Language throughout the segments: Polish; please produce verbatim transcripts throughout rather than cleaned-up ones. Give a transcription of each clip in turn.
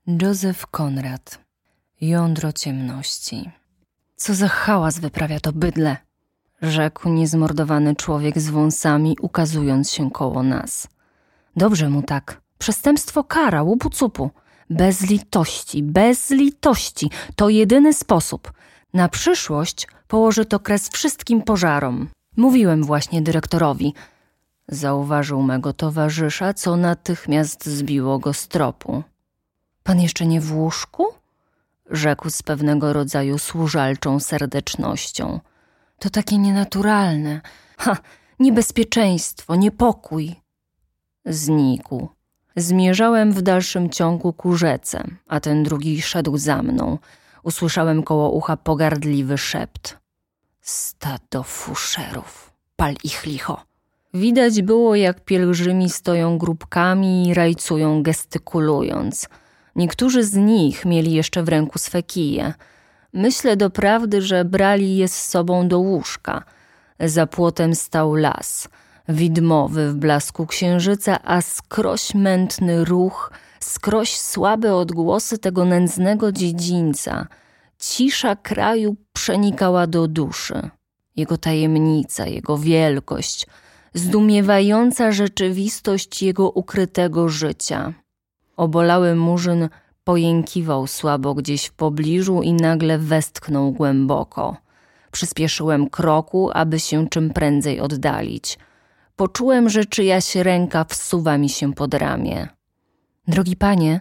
Józef Konrad. Jądro ciemności. Co za hałas wyprawia to bydlę, rzekł niezmordowany człowiek z wąsami, ukazując się koło nas. Dobrze mu tak. Przestępstwo kara, łupu cupu. Bez litości, bez litości. To jedyny sposób. Na przyszłość położy to kres wszystkim pożarom. Mówiłem właśnie dyrektorowi. Zauważył mego towarzysza, co natychmiast zbiło go z tropu. Pan jeszcze nie w łóżku? Rzekł z pewnego rodzaju służalczą serdecznością. To takie nienaturalne. Ha, niebezpieczeństwo, niepokój. Znikł. Zmierzałem w dalszym ciągu ku rzece, a ten drugi szedł za mną. Usłyszałem koło ucha pogardliwy szept. Stado fuszerów, pal ich licho. Widać było, jak pielgrzymi stoją grupkami i rajcują gestykulując. Niektórzy z nich mieli jeszcze w ręku swe kije. Myślę doprawdy, że brali je z sobą do łóżka. Za płotem stał las, widmowy w blasku księżyca, a skroś mętny ruch, skroś słabe odgłosy tego nędznego dziedzińca. Cisza kraju przenikała do duszy. Jego tajemnica, jego wielkość, zdumiewająca rzeczywistość jego ukrytego życia. Obolały murzyn pojękiwał słabo gdzieś w pobliżu i nagle westchnął głęboko. Przyspieszyłem kroku, aby się czym prędzej oddalić. Poczułem, że czyjaś ręka wsuwa mi się pod ramię. Drogi panie,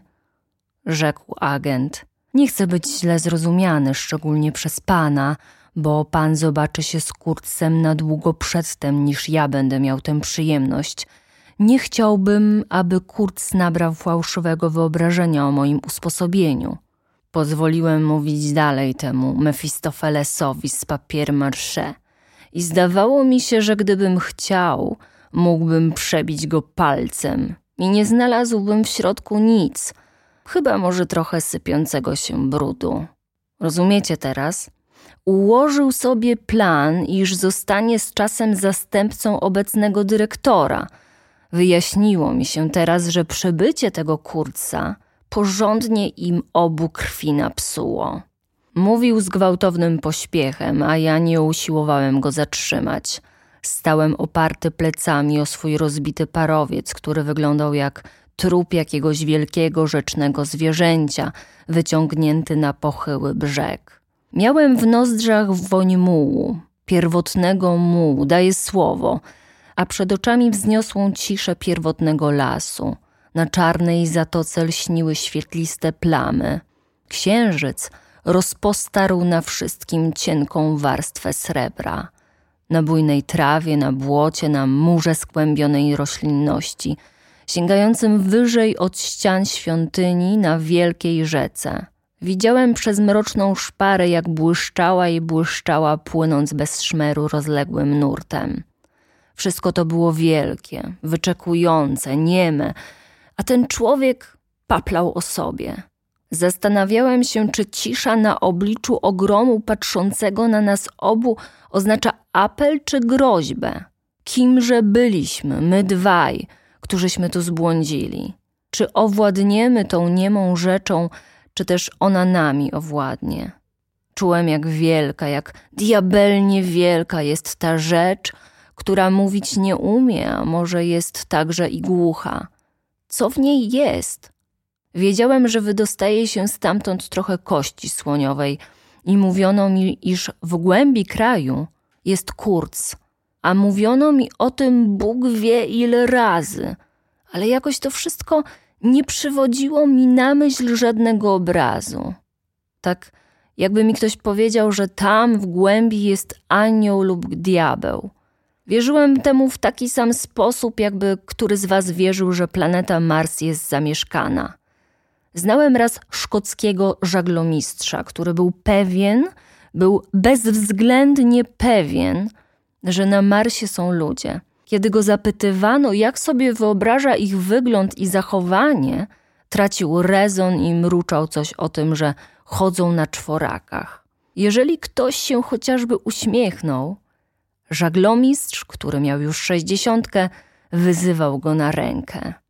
rzekł agent, nie chcę być źle zrozumiany, szczególnie przez pana, bo pan zobaczy się z Kurtzem na długo przedtem, niż ja będę miał tę przyjemność. Nie chciałbym, aby Kurtz nabrał fałszywego wyobrażenia o moim usposobieniu. Pozwoliłem mówić dalej temu Mefistofelesowi z papier-mâché i zdawało mi się, że gdybym chciał, mógłbym przebić go palcem i nie znalazłbym w środku nic, chyba może trochę sypiącego się brudu. Rozumiecie teraz? Ułożył sobie plan, iż zostanie z czasem zastępcą obecnego dyrektora. Wyjaśniło mi się teraz, że przybycie tego Kurtza porządnie im obu krwi napsuło. Mówił z gwałtownym pośpiechem, a ja nie usiłowałem go zatrzymać. Stałem oparty plecami o swój rozbity parowiec, który wyglądał jak trup jakiegoś wielkiego rzecznego zwierzęcia, wyciągnięty na pochyły brzeg. Miałem w nozdrzach woń mułu, pierwotnego mułu, daję słowo, a przed oczami wzniosłą ciszę pierwotnego lasu. Na czarnej zatoce lśniły świetliste plamy. Księżyc rozpostarł na wszystkim cienką warstwę srebra. Na bujnej trawie, na błocie, na murze skłębionej roślinności, sięgającym wyżej od ścian świątyni na wielkiej rzece. Widziałem przez mroczną szparę, jak błyszczała i błyszczała, płynąc bez szmeru rozległym nurtem. Wszystko to było wielkie, wyczekujące, nieme, a ten człowiek paplał o sobie. Zastanawiałem się, czy cisza na obliczu ogromu patrzącego na nas obu oznacza apel czy groźbę. Kimże byliśmy, my dwaj, którzyśmy tu zbłądzili? Czy owładniemy tą niemą rzeczą, czy też ona nami owładnie? Czułem, jak wielka, jak diabelnie wielka jest ta rzecz, która mówić nie umie, a może jest także i głucha. Co w niej jest? Wiedziałem, że wydostaje się stamtąd trochę kości słoniowej i mówiono mi, iż w głębi kraju jest Kurtz, a mówiono mi o tym Bóg wie ile razy, ale jakoś to wszystko nie przywodziło mi na myśl żadnego obrazu. Tak jakby mi ktoś powiedział, że tam w głębi jest anioł lub diabeł. Wierzyłem temu w taki sam sposób, jakby który z was wierzył, że planeta Mars jest zamieszkana. Znałem raz szkockiego żaglomistrza, który był pewien, był bezwzględnie pewien, że na Marsie są ludzie. Kiedy go zapytywano, jak sobie wyobraża ich wygląd i zachowanie, tracił rezon i mruczał coś o tym, że chodzą na czworakach. Jeżeli ktoś się chociażby uśmiechnął, żaglomistrz, który miał już sześćdziesiątkę, wyzywał go na rękę.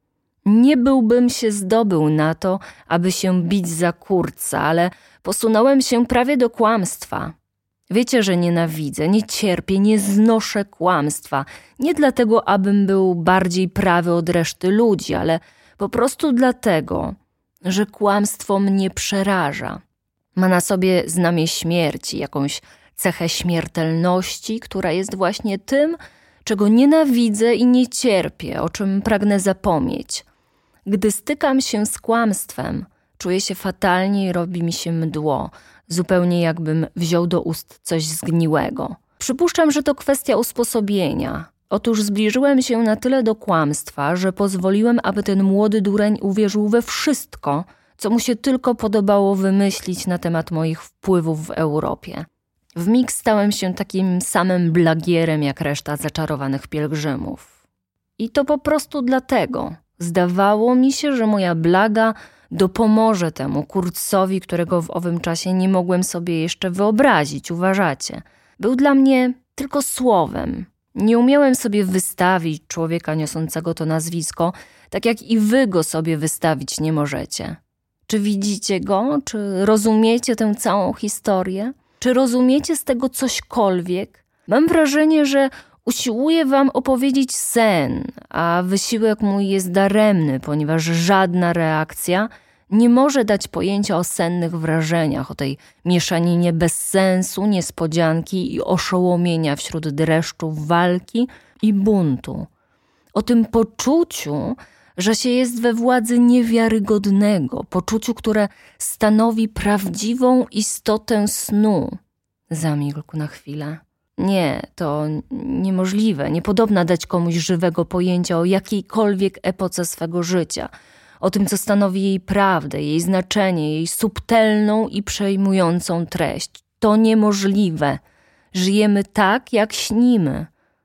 Nie byłbym się zdobył na to, aby się bić za Kurtza, ale posunąłem się prawie do kłamstwa. Wiecie, że nienawidzę, nie cierpię, nie znoszę kłamstwa. Nie dlatego, abym był bardziej prawy od reszty ludzi, ale po prostu dlatego, że kłamstwo mnie przeraża. Ma na sobie znamię śmierci, jakąś cechę śmiertelności, która jest właśnie tym, czego nienawidzę i nie cierpię, o czym pragnę zapomnieć. Gdy stykam się z kłamstwem, czuję się fatalnie i robi mi się mdło, zupełnie jakbym wziął do ust coś zgniłego. Przypuszczam, że to kwestia usposobienia. Otóż zbliżyłem się na tyle do kłamstwa, że pozwoliłem, aby ten młody dureń uwierzył we wszystko, co mu się tylko podobało wymyślić na temat moich wpływów w Europie. Wmig stałem się takim samym blagierem jak reszta zaczarowanych pielgrzymów. I to po prostu dlatego. Zdawało mi się, że moja blaga dopomoże temu Kurtzowi, którego w owym czasie nie mogłem sobie jeszcze wyobrazić, uważacie. Był dla mnie tylko słowem. Nie umiałem sobie wystawić człowieka niosącego to nazwisko, tak jak i wy go sobie wystawić nie możecie. Czy widzicie go? Czy rozumiecie tę całą historię? Czy rozumiecie z tego cośkolwiek? Mam wrażenie, że usiłuję wam opowiedzieć sen, a wysiłek mój jest daremny, ponieważ żadna reakcja nie może dać pojęcia o sennych wrażeniach, o tej mieszaninie bezsensu, niespodzianki i oszołomienia wśród dreszczów walki i buntu. O tym poczuciu, że się jest we władzy niewiarygodnego, poczuciu, które stanowi prawdziwą istotę snu. Zamilkł na chwilę. Nie, to niemożliwe, niepodobna dać komuś żywego pojęcia o jakiejkolwiek epoce swego życia, o tym, co stanowi jej prawdę, jej znaczenie, jej subtelną i przejmującą treść. To niemożliwe. Żyjemy tak, jak śnimy,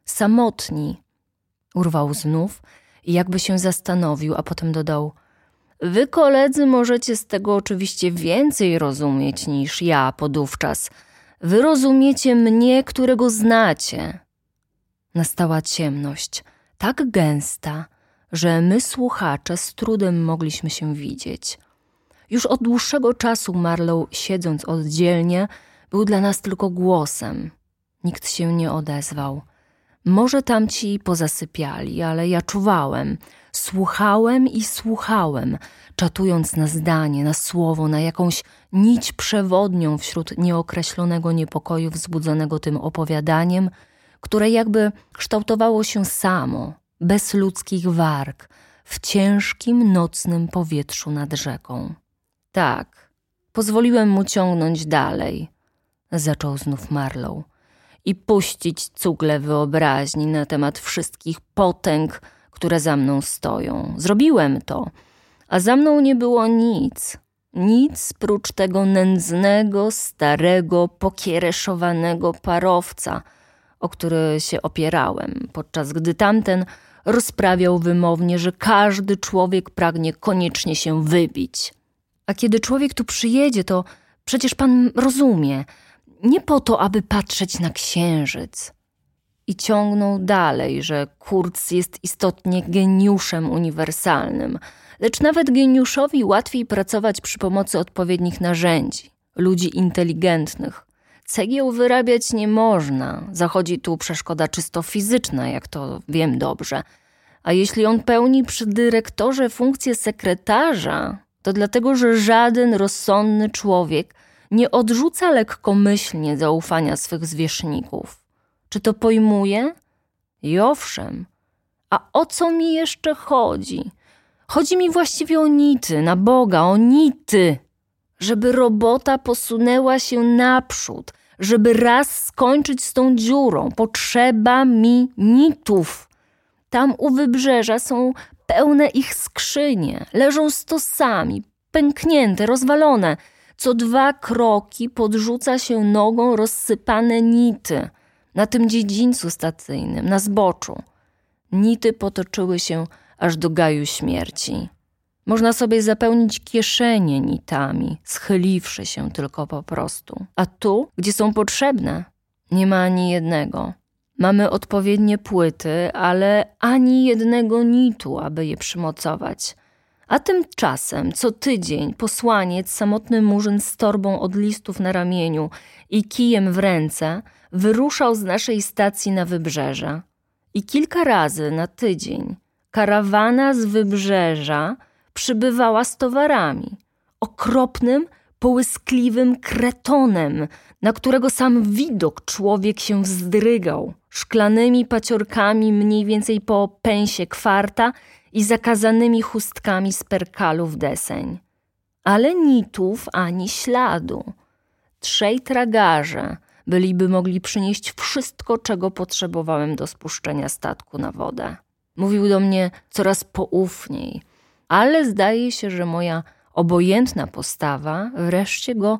samotni. Urwał znów i jakby się zastanowił, a potem dodał: wy, koledzy, możecie z tego oczywiście więcej rozumieć niż ja podówczas. Wy rozumiecie mnie, którego znacie. Nastała ciemność, tak gęsta, że my, słuchacze, z trudem mogliśmy się widzieć. Już od dłuższego czasu Marlowe, siedząc oddzielnie, był dla nas tylko głosem. Nikt się nie odezwał. Może tamci pozasypiali, ale ja czuwałem, słuchałem i słuchałem, czatując na zdanie, na słowo, na jakąś nić przewodnią wśród nieokreślonego niepokoju wzbudzonego tym opowiadaniem, które jakby kształtowało się samo, bez ludzkich warg, w ciężkim, nocnym powietrzu nad rzeką. Tak, pozwoliłem mu ciągnąć dalej, zaczął znów Marlowe, i puścić cugle wyobraźni na temat wszystkich potęg, które za mną stoją. Zrobiłem to, a za mną nie było nic. Nic prócz tego nędznego, starego, pokiereszowanego parowca, o który się opierałem, podczas gdy tamten rozprawiał wymownie, że każdy człowiek pragnie koniecznie się wybić. A kiedy człowiek tu przyjedzie, to przecież pan rozumie, nie po to, aby patrzeć na księżyc. I ciągnął dalej, że Kurtz jest istotnie geniuszem uniwersalnym, lecz nawet geniuszowi łatwiej pracować przy pomocy odpowiednich narzędzi, ludzi inteligentnych. Cegieł wyrabiać nie można, zachodzi tu przeszkoda czysto fizyczna, jak to wiem dobrze. A jeśli on pełni przy dyrektorze funkcję sekretarza, to dlatego, że żaden rozsądny człowiek nie odrzuca lekkomyślnie zaufania swych zwierzchników. Czy to pojmuje? I owszem. A o co mi jeszcze chodzi? Chodzi mi właściwie o nity, na Boga, o nity. Żeby robota posunęła się naprzód, żeby raz skończyć z tą dziurą. Potrzeba mi nitów. Tam u wybrzeża są pełne ich skrzynie, leżą stosami, pęknięte, rozwalone. Co dwa kroki podrzuca się nogą rozsypane nity na tym dziedzińcu stacyjnym, na zboczu. Nity potoczyły się aż do gaju śmierci. Można sobie zapełnić kieszenie nitami, schyliwszy się tylko po prostu. A tu, gdzie są potrzebne, nie ma ani jednego. Mamy odpowiednie płyty, ale ani jednego nitu, aby je przymocować. A tymczasem co tydzień posłaniec, samotny murzyn z torbą od listów na ramieniu i kijem w ręce wyruszał z naszej stacji na wybrzeże. I kilka razy na tydzień karawana z wybrzeża przybywała z towarami. Okropnym, połyskliwym kretonem, na którego sam widok człowiek się wzdrygał, szklanymi paciorkami mniej więcej po pęsie kwarta i zakazanymi chustkami z perkalu w deseń. Ale nitów ani śladu. Trzej tragarze byliby mogli przynieść wszystko, czego potrzebowałem do spuszczenia statku na wodę. Mówił do mnie coraz poufniej, ale zdaje się, że moja obojętna postawa wreszcie go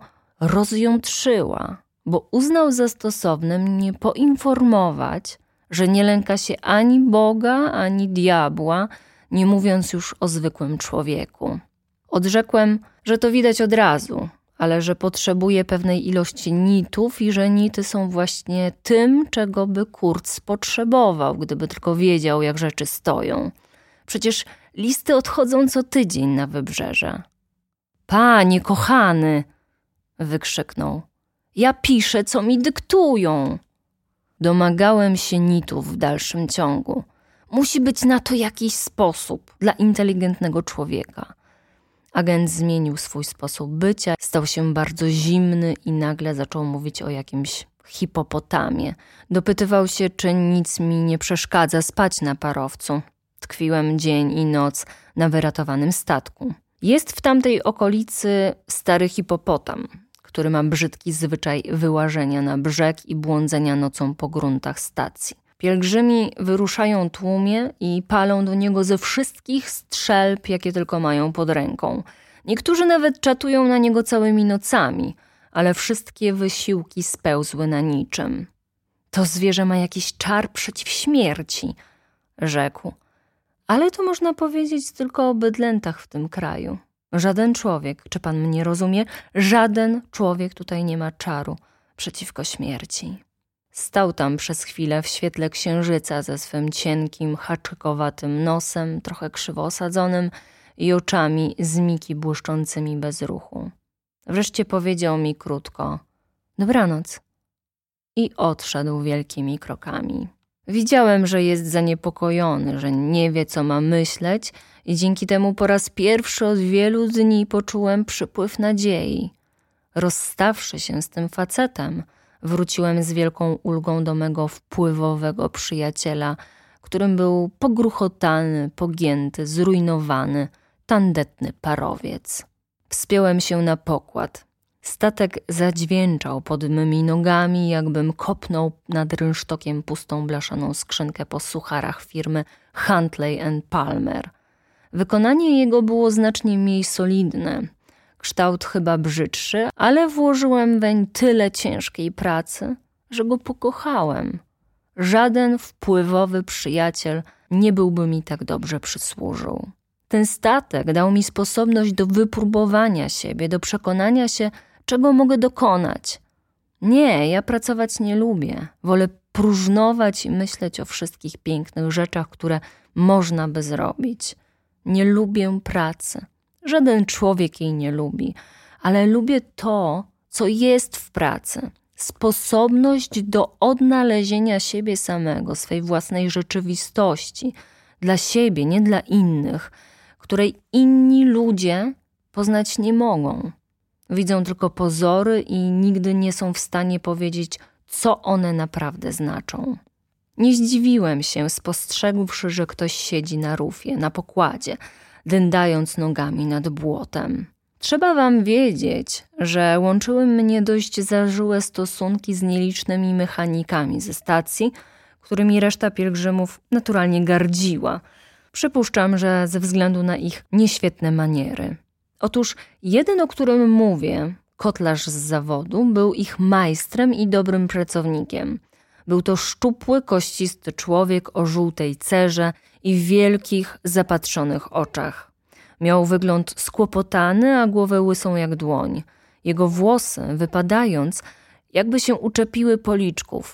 rozjątrzyła, bo uznał za stosowne mnie poinformować, że nie lęka się ani Boga, ani diabła, nie mówiąc już o zwykłym człowieku. Odrzekłem, że to widać od razu, ale że potrzebuje pewnej ilości nitów i że nity są właśnie tym, czego by Kurz potrzebował, gdyby tylko wiedział, jak rzeczy stoją. Przecież listy odchodzą co tydzień na wybrzeże. Panie kochany, wykrzyknął, ja piszę, co mi dyktują. Domagałem się nitów w dalszym ciągu. Musi być na to jakiś sposób dla inteligentnego człowieka. Agent zmienił swój sposób bycia, stał się bardzo zimny i nagle zaczął mówić o jakimś hipopotamie. Dopytywał się, czy nic mi nie przeszkadza spać na parowcu. Tkwiłem dzień i noc na wyratowanym statku. Jest w tamtej okolicy stary hipopotam, który ma brzydki zwyczaj wyłażenia na brzeg i błądzenia nocą po gruntach stacji. Pielgrzymi wyruszają tłumie i palą do niego ze wszystkich strzelb, jakie tylko mają pod ręką. Niektórzy nawet czatują na niego całymi nocami, ale wszystkie wysiłki spełzły na niczym. To zwierzę ma jakiś czar przeciw śmierci, rzekł. Ale to można powiedzieć tylko o bydlętach w tym kraju. Żaden człowiek, czy pan mnie rozumie, żaden człowiek tutaj nie ma czaru przeciwko śmierci. Stał tam przez chwilę w świetle księżyca ze swym cienkim, haczykowatym nosem, trochę krzywo osadzonym i oczami z miki błyszczącymi bez ruchu. Wreszcie powiedział mi krótko: dobranoc. I odszedł wielkimi krokami. Widziałem, że jest zaniepokojony, że nie wie, co ma myśleć i dzięki temu po raz pierwszy od wielu dni poczułem przypływ nadziei. Rozstawszy się z tym facetem, wróciłem z wielką ulgą do mego wpływowego przyjaciela, którym był pogruchotany, pogięty, zrujnowany, tandetny parowiec. Wspiąłem się na pokład. Statek zadźwięczał pod mymi nogami, jakbym kopnął nad rynsztokiem pustą blaszaną skrzynkę po sucharach firmy Huntley and Palmer. Wykonanie jego było znacznie mniej solidne. Kształt chyba brzydszy, ale włożyłem weń tyle ciężkiej pracy, że go pokochałem. Żaden wpływowy przyjaciel nie byłby mi tak dobrze przysłużył. Ten statek dał mi sposobność do wypróbowania siebie, do przekonania się, czego mogę dokonać. Nie, ja pracować nie lubię. Wolę próżnować i myśleć o wszystkich pięknych rzeczach, które można by zrobić. Nie lubię pracy. Żaden człowiek jej nie lubi, ale lubię to, co jest w pracy. Sposobność do odnalezienia siebie samego, swej własnej rzeczywistości. Dla siebie, nie dla innych, której inni ludzie poznać nie mogą. Widzą tylko pozory i nigdy nie są w stanie powiedzieć, co one naprawdę znaczą. Nie zdziwiłem się, spostrzegłszy, że ktoś siedzi na rufie, na pokładzie, dędając nogami nad błotem. Trzeba wam wiedzieć, że łączyły mnie dość zażyłe stosunki z nielicznymi mechanikami ze stacji, którymi reszta pielgrzymów naturalnie gardziła. Przypuszczam, że ze względu na ich nieświetne maniery. Otóż jeden, o którym mówię, kotlarz z zawodu, był ich majstrem i dobrym pracownikiem. Był to szczupły, kościsty człowiek o żółtej cerze i wielkich, zapatrzonych oczach. Miał wygląd skłopotany, a głowę łysą jak dłoń. Jego włosy, wypadając, jakby się uczepiły policzków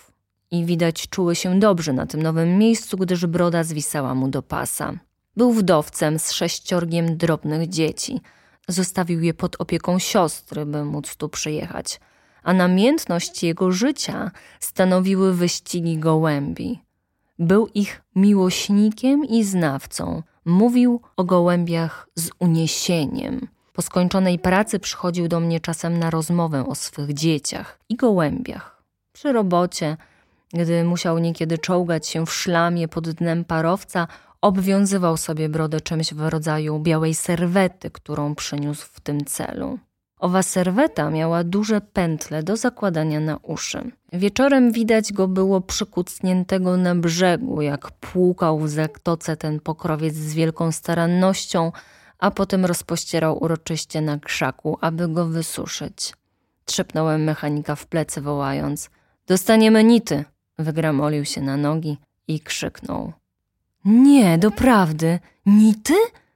i widać czuły się dobrze na tym nowym miejscu, gdyż broda zwisała mu do pasa. Był wdowcem z sześciorgiem drobnych dzieci. Zostawił je pod opieką siostry, by móc tu przyjechać. A namiętność jego życia stanowiły wyścigi gołębi. Był ich miłośnikiem i znawcą. Mówił o gołębiach z uniesieniem. Po skończonej pracy przychodził do mnie czasem na rozmowę o swych dzieciach i gołębiach. Przy robocie, gdy musiał niekiedy czołgać się w szlamie pod dnem parowca, obwiązywał sobie brodę czymś w rodzaju białej serwety, którą przyniósł w tym celu. Owa serweta miała duże pętle do zakładania na uszy. Wieczorem widać go było przykucniętego na brzegu, jak płukał w zatoce ten pokrowiec z wielką starannością, a potem rozpościerał uroczyście na krzaku, aby go wysuszyć. Trzepnąłem mechanika w plecy, wołając: „Dostaniemy nity!” Wygramolił się na nogi i krzyknął: „Nie, doprawdy, nity?”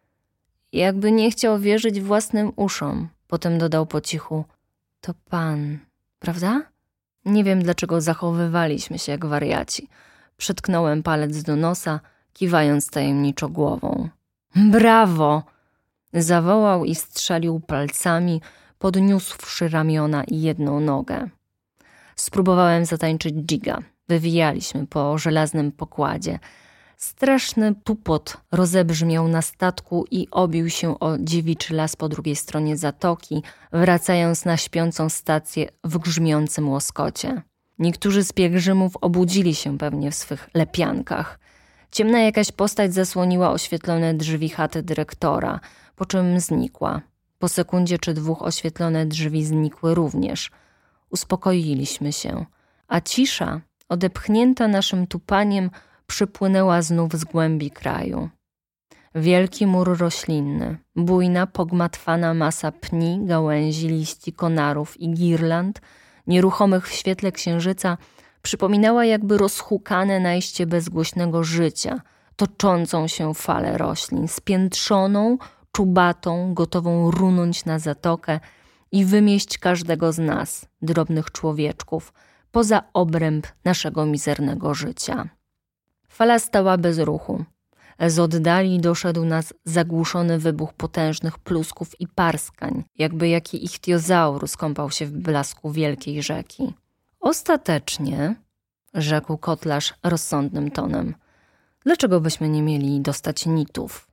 Jakby nie chciał wierzyć własnym uszom. Potem dodał po cichu: „To pan, prawda?” Nie wiem, dlaczego zachowywaliśmy się jak wariaci. Przytknąłem palec do nosa, kiwając tajemniczo głową. „Brawo!” Zawołał i strzelił palcami, podniósłszy ramiona i jedną nogę. Spróbowałem zatańczyć dżiga. Wywijaliśmy po żelaznym pokładzie. Straszny tupot rozebrzmiał na statku i obił się o dziewiczy las po drugiej stronie zatoki, wracając na śpiącą stację w grzmiącym łoskocie. Niektórzy z pielgrzymów obudzili się pewnie w swych lepiankach. Ciemna jakaś postać zasłoniła oświetlone drzwi chaty dyrektora, po czym znikła. Po sekundzie czy dwóch oświetlone drzwi znikły również. Uspokoiliśmy się, a cisza, odepchnięta naszym tupaniem, przypłynęła znów z głębi kraju. Wielki mur roślinny, bujna, pogmatwana masa pni, gałęzi, liści, konarów i girland, nieruchomych w świetle księżyca, przypominała jakby rozhukane najście bezgłośnego życia, toczącą się falę roślin, spiętrzoną, czubatą, gotową runąć na zatokę i wymieść każdego z nas, drobnych człowieczków, poza obręb naszego mizernego życia. Fala stała bez ruchu. Z oddali doszedł nas zagłuszony wybuch potężnych plusków i parskań, jakby jaki ichtiozaurus kąpał się w blasku wielkiej rzeki. „Ostatecznie”, rzekł kotlarz rozsądnym tonem, „dlaczego byśmy nie mieli dostać nitów?”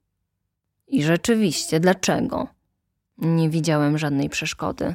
I rzeczywiście, dlaczego? Nie widziałem żadnej przeszkody.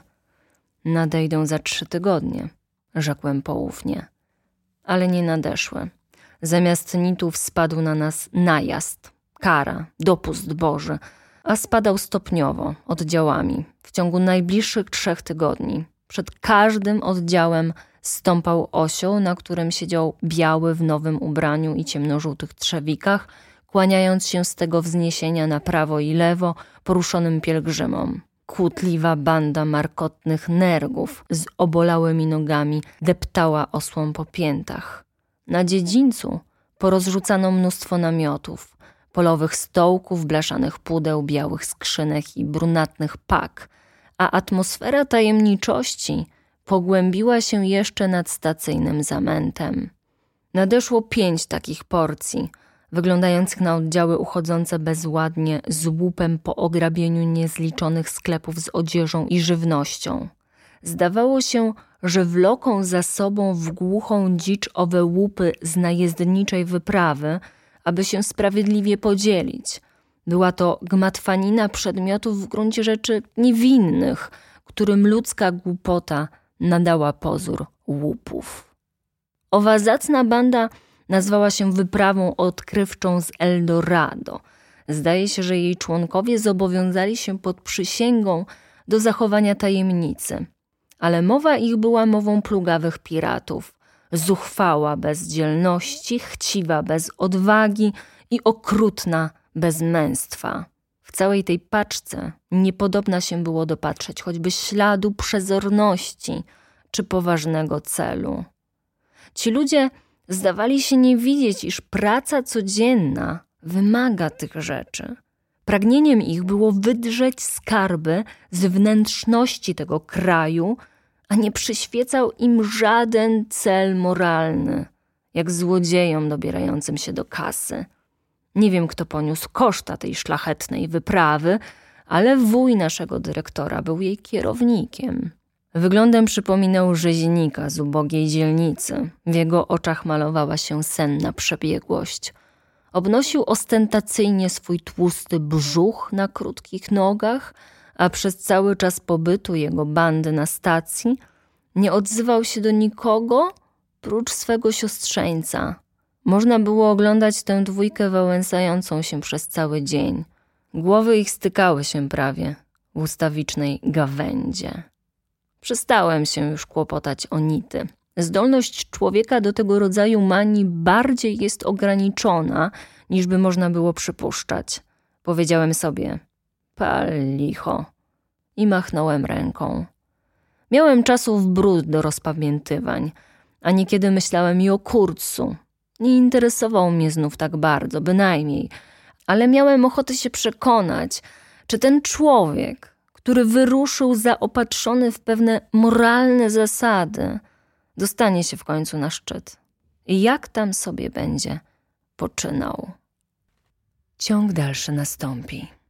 „Nadejdą za trzy tygodnie”, rzekłem poufnie. Ale nie nadeszły. Zamiast nitów spadł na nas najazd, kara, dopust Boży, a spadał stopniowo, oddziałami, w ciągu najbliższych trzech tygodni. Przed każdym oddziałem stąpał osioł, na którym siedział biały w nowym ubraniu i ciemnożółtych trzewikach, kłaniając się z tego wzniesienia na prawo i lewo poruszonym pielgrzymom. Kłótliwa banda markotnych nergów z obolałymi nogami deptała osłom po piętach. Na dziedzińcu porozrzucano mnóstwo namiotów, polowych stołków, blaszanych pudeł, białych skrzynek i brunatnych pak, a atmosfera tajemniczości pogłębiła się jeszcze nad stacyjnym zamętem. Nadeszło pięć takich porcji, wyglądających na oddziały uchodzące bezładnie z łupem po ograbieniu niezliczonych sklepów z odzieżą i żywnością. Zdawało się, że wloką za sobą w głuchą dzicz owe łupy z najezdniczej wyprawy, aby się sprawiedliwie podzielić. Była to gmatwanina przedmiotów w gruncie rzeczy niewinnych, którym ludzka głupota nadała pozór łupów. Owa zacna banda nazwała się wyprawą odkrywczą z Eldorado. Zdaje się, że jej członkowie zobowiązali się pod przysięgą do zachowania tajemnicy. Ale mowa ich była mową plugawych piratów, zuchwała bez dzielności, chciwa bez odwagi i okrutna bez męstwa. W całej tej paczce niepodobna się było dopatrzeć choćby śladu przezorności czy poważnego celu. Ci ludzie zdawali się nie widzieć, iż praca codzienna wymaga tych rzeczy. Pragnieniem ich było wydrzeć skarby z wnętrzności tego kraju, a nie przyświecał im żaden cel moralny. jak złodziejom dobierającym się do kasy. Nie wiem, kto poniósł koszta tej szlachetnej wyprawy, ale wuj naszego dyrektora był jej kierownikiem. Wyglądem przypominał rzeźnika z ubogiej dzielnicy. W jego oczach malowała się senna przebiegłość. Obnosił ostentacyjnie swój tłusty brzuch na krótkich nogach, a przez cały czas pobytu jego bandy na stacji nie odzywał się do nikogo prócz swego siostrzeńca. Można było oglądać tę dwójkę wałęsającą się przez cały dzień. Głowy ich stykały się prawie w ustawicznej gawędzie. Przestałem się już kłopotać o Nity. Zdolność człowieka do tego rodzaju manii bardziej jest ograniczona, niż by można było przypuszczać. Powiedziałem sobie, pal licho, i machnąłem ręką. Miałem czasu w bród do rozpamiętywań, a niekiedy myślałem i o Kurtzu. Nie interesował mnie znów tak bardzo, bynajmniej, ale miałem ochotę się przekonać, czy ten człowiek, który wyruszył zaopatrzony w pewne moralne zasady, dostanie się w końcu na szczyt i jak tam sobie będzie poczynał. Ciąg dalszy nastąpi.